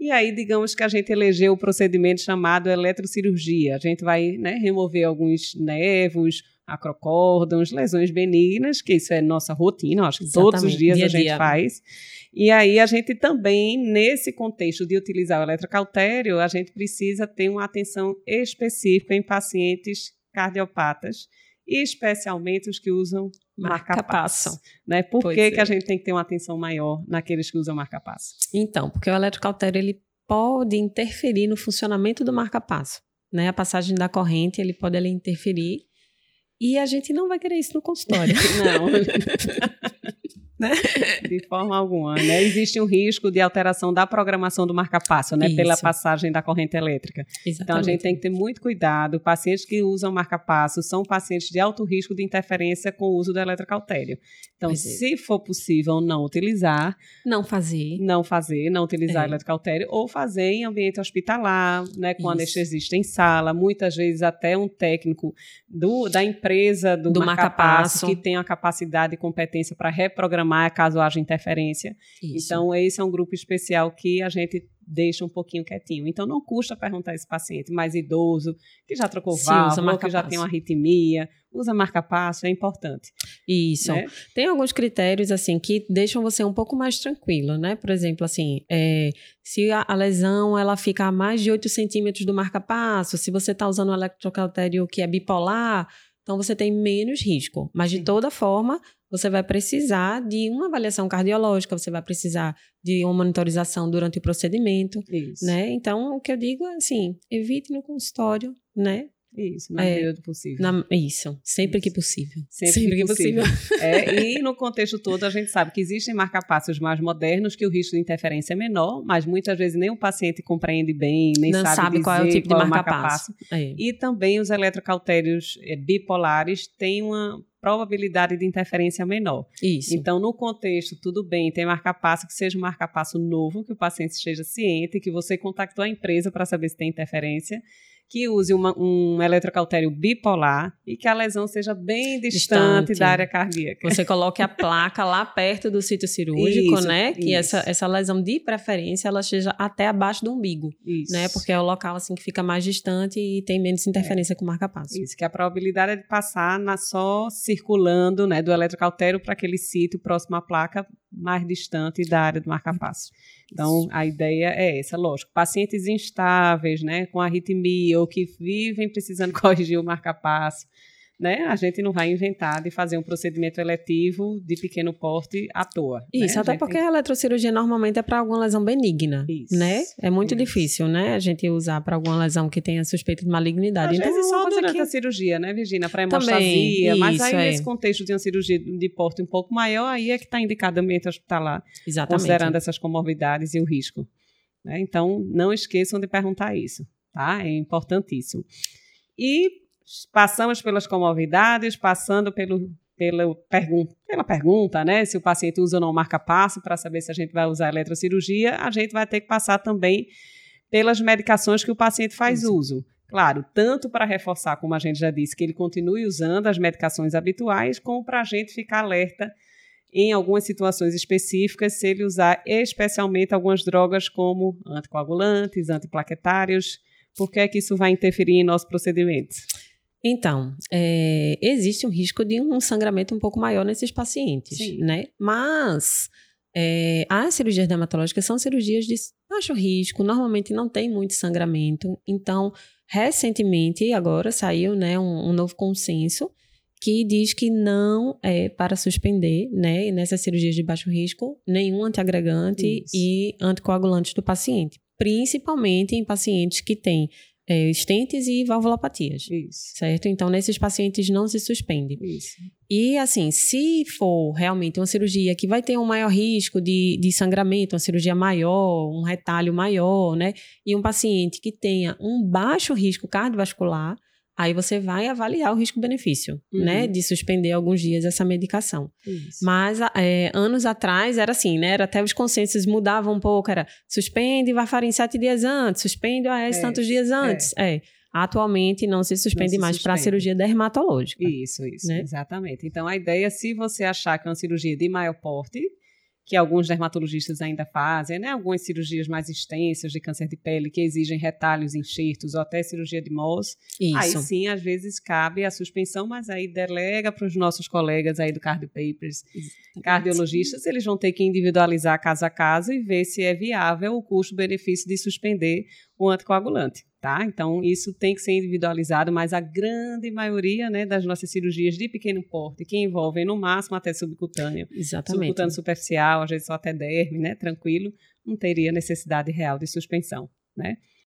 E aí, digamos que a gente elegeu o procedimento chamado eletrocirurgia. A gente vai, né, remover alguns nervos, acrocórdons, lesões benignas, que isso é nossa rotina, acho que todos os dias a gente faz. E aí a gente também, nesse contexto de utilizar o eletrocautério, a gente precisa ter uma atenção específica em pacientes cardiopatas, especialmente os que usam marca-passo. Né? Por que a gente tem que ter uma atenção maior naqueles que usam marca-passo? Então, porque o eletrocautério ele pode interferir no funcionamento do marca-passo. Né? A passagem da corrente ele pode interferir e a gente não vai querer isso no consultório. Não. Né? De forma alguma, né? Existe um risco de alteração da programação do marca-passo, né? Pela passagem da corrente elétrica. Exatamente. Então, a gente tem que ter muito cuidado. Pacientes que usam marca-passo são pacientes de alto risco de interferência com o uso do eletrocautério. Então, se for possível não utilizar... Não utilizar eletrocautério, ou fazer em ambiente hospitalar, né? Com anestesista em sala, muitas vezes até um técnico da empresa do marca-passo que tem a capacidade e competência para reprogramar caso haja interferência. Isso. Então, esse é um grupo especial que a gente deixa um pouquinho quietinho. Então, não custa perguntar a esse paciente mais idoso, que já trocou válvula, que já tem uma arritmia, usa marca-passo, é importante. Isso. Né? Tem alguns critérios, assim, que deixam você um pouco mais tranquilo, né? Por exemplo, assim, se a lesão, ela fica a mais de 8 centímetros do marca-passo, se você está usando um eletrocautério que é bipolar, então você tem menos risco. Mas, de toda forma, você vai precisar de uma avaliação cardiológica, você vai precisar de uma monitorização durante o procedimento, né? Então, o que eu digo é assim, evite no consultório, né? Isso, na medida do possível. Sempre que possível. Sempre que possível. E no contexto todo, a gente sabe que existem marca-passos mais modernos que o risco de interferência é menor, mas muitas vezes nem o paciente compreende bem, nem sabe dizer qual é o tipo de marca-passo. E também os eletrocautérios bipolares têm uma probabilidade de interferência menor. Isso. Então, no contexto, tudo bem, tem marca-passo que seja um marca-passo novo, que o paciente esteja ciente, que você contactou a empresa para saber se tem interferência, que use um eletrocautério bipolar e que a lesão seja bem distante da área cardíaca. Você coloque a placa lá perto do sítio cirúrgico, né? Que essa lesão, de preferência, ela esteja até abaixo do umbigo, né? Porque é o local assim que fica mais distante e tem menos interferência com o marca-passo. Isso, que a probabilidade é de passar só circulando, né, do eletrocautério para aquele sítio próximo à placa mais distante da área do marca-passo. Então, a ideia é essa, lógico. Pacientes instáveis, né, com arritmia ou que vivem precisando corrigir o marca-passo, né, a gente não vai inventar de fazer um procedimento eletivo de pequeno porte à toa. Isso, né? até porque a eletrocirurgia normalmente é para alguma lesão benigna, né? É muito difícil, né, a gente usar para alguma lesão que tenha suspeita de malignidade. Às vezes só durante a cirurgia, né, Virginia? Para hemostasia, mas aí nesse contexto de uma cirurgia de porte um pouco maior, aí é que está indicado ambiente hospitalar, considerando essas comorbidades e o risco. Né? Então, não esqueçam de perguntar isso, tá? É importantíssimo. E passamos pelas comorbidades, passando pela pergunta, né, se o paciente usa ou não marca-passo, para saber se a gente vai usar eletrocirurgia, a gente vai ter que passar também pelas medicações que o paciente faz uso. Claro, tanto para reforçar, como a gente já disse, que ele continue usando as medicações habituais, como para a gente ficar alerta em algumas situações específicas, se ele usar especialmente algumas drogas como anticoagulantes, antiplaquetários, por que é que isso vai interferir em nosso procedimento? Então, existe um risco de um sangramento um pouco maior nesses pacientes, né? Mas as cirurgias dermatológicas são cirurgias de baixo risco, normalmente não tem muito sangramento. Então, recentemente, agora saiu, né, um novo consenso que diz que não é para suspender, né, nessas cirurgias de baixo risco, nenhum antiagregante e anticoagulantes do paciente, principalmente em pacientes que têm estentes e valvulopatias, certo? Então, nesses pacientes não se suspende. E, assim, se for realmente uma cirurgia que vai ter um maior risco de sangramento, uma cirurgia maior, um retalho maior, né? E um paciente que tenha um baixo risco cardiovascular, aí você vai avaliar o risco-benefício, né? De suspender alguns dias essa medicação. Mas, anos atrás, era assim, né? Era até os consensos mudavam um pouco, era suspende varfarina 7 dias antes, suspende o AS tantos dias antes. Atualmente não se suspende mais para a cirurgia dermatológica. Isso, né? Exatamente. Então, a ideia, se você achar que é uma cirurgia de maior porte, que alguns dermatologistas ainda fazem, né? Algumas cirurgias mais extensas de câncer de pele que exigem retalhos, enxertos ou até cirurgia de Mohs. Isso. Aí sim, às vezes cabe a suspensão, mas aí delega para os nossos colegas aí do Cardio Papers, cardiologistas, eles vão ter que individualizar caso a caso e ver se é viável o custo-benefício de suspender o anticoagulante. Tá? Então, isso tem que ser individualizado, mas a grande maioria, né, das nossas cirurgias de pequeno porte, que envolvem no máximo até subcutâneo, subcutâneo superficial, às vezes só até derme, né, tranquilo, não teria necessidade real de suspensão. Né?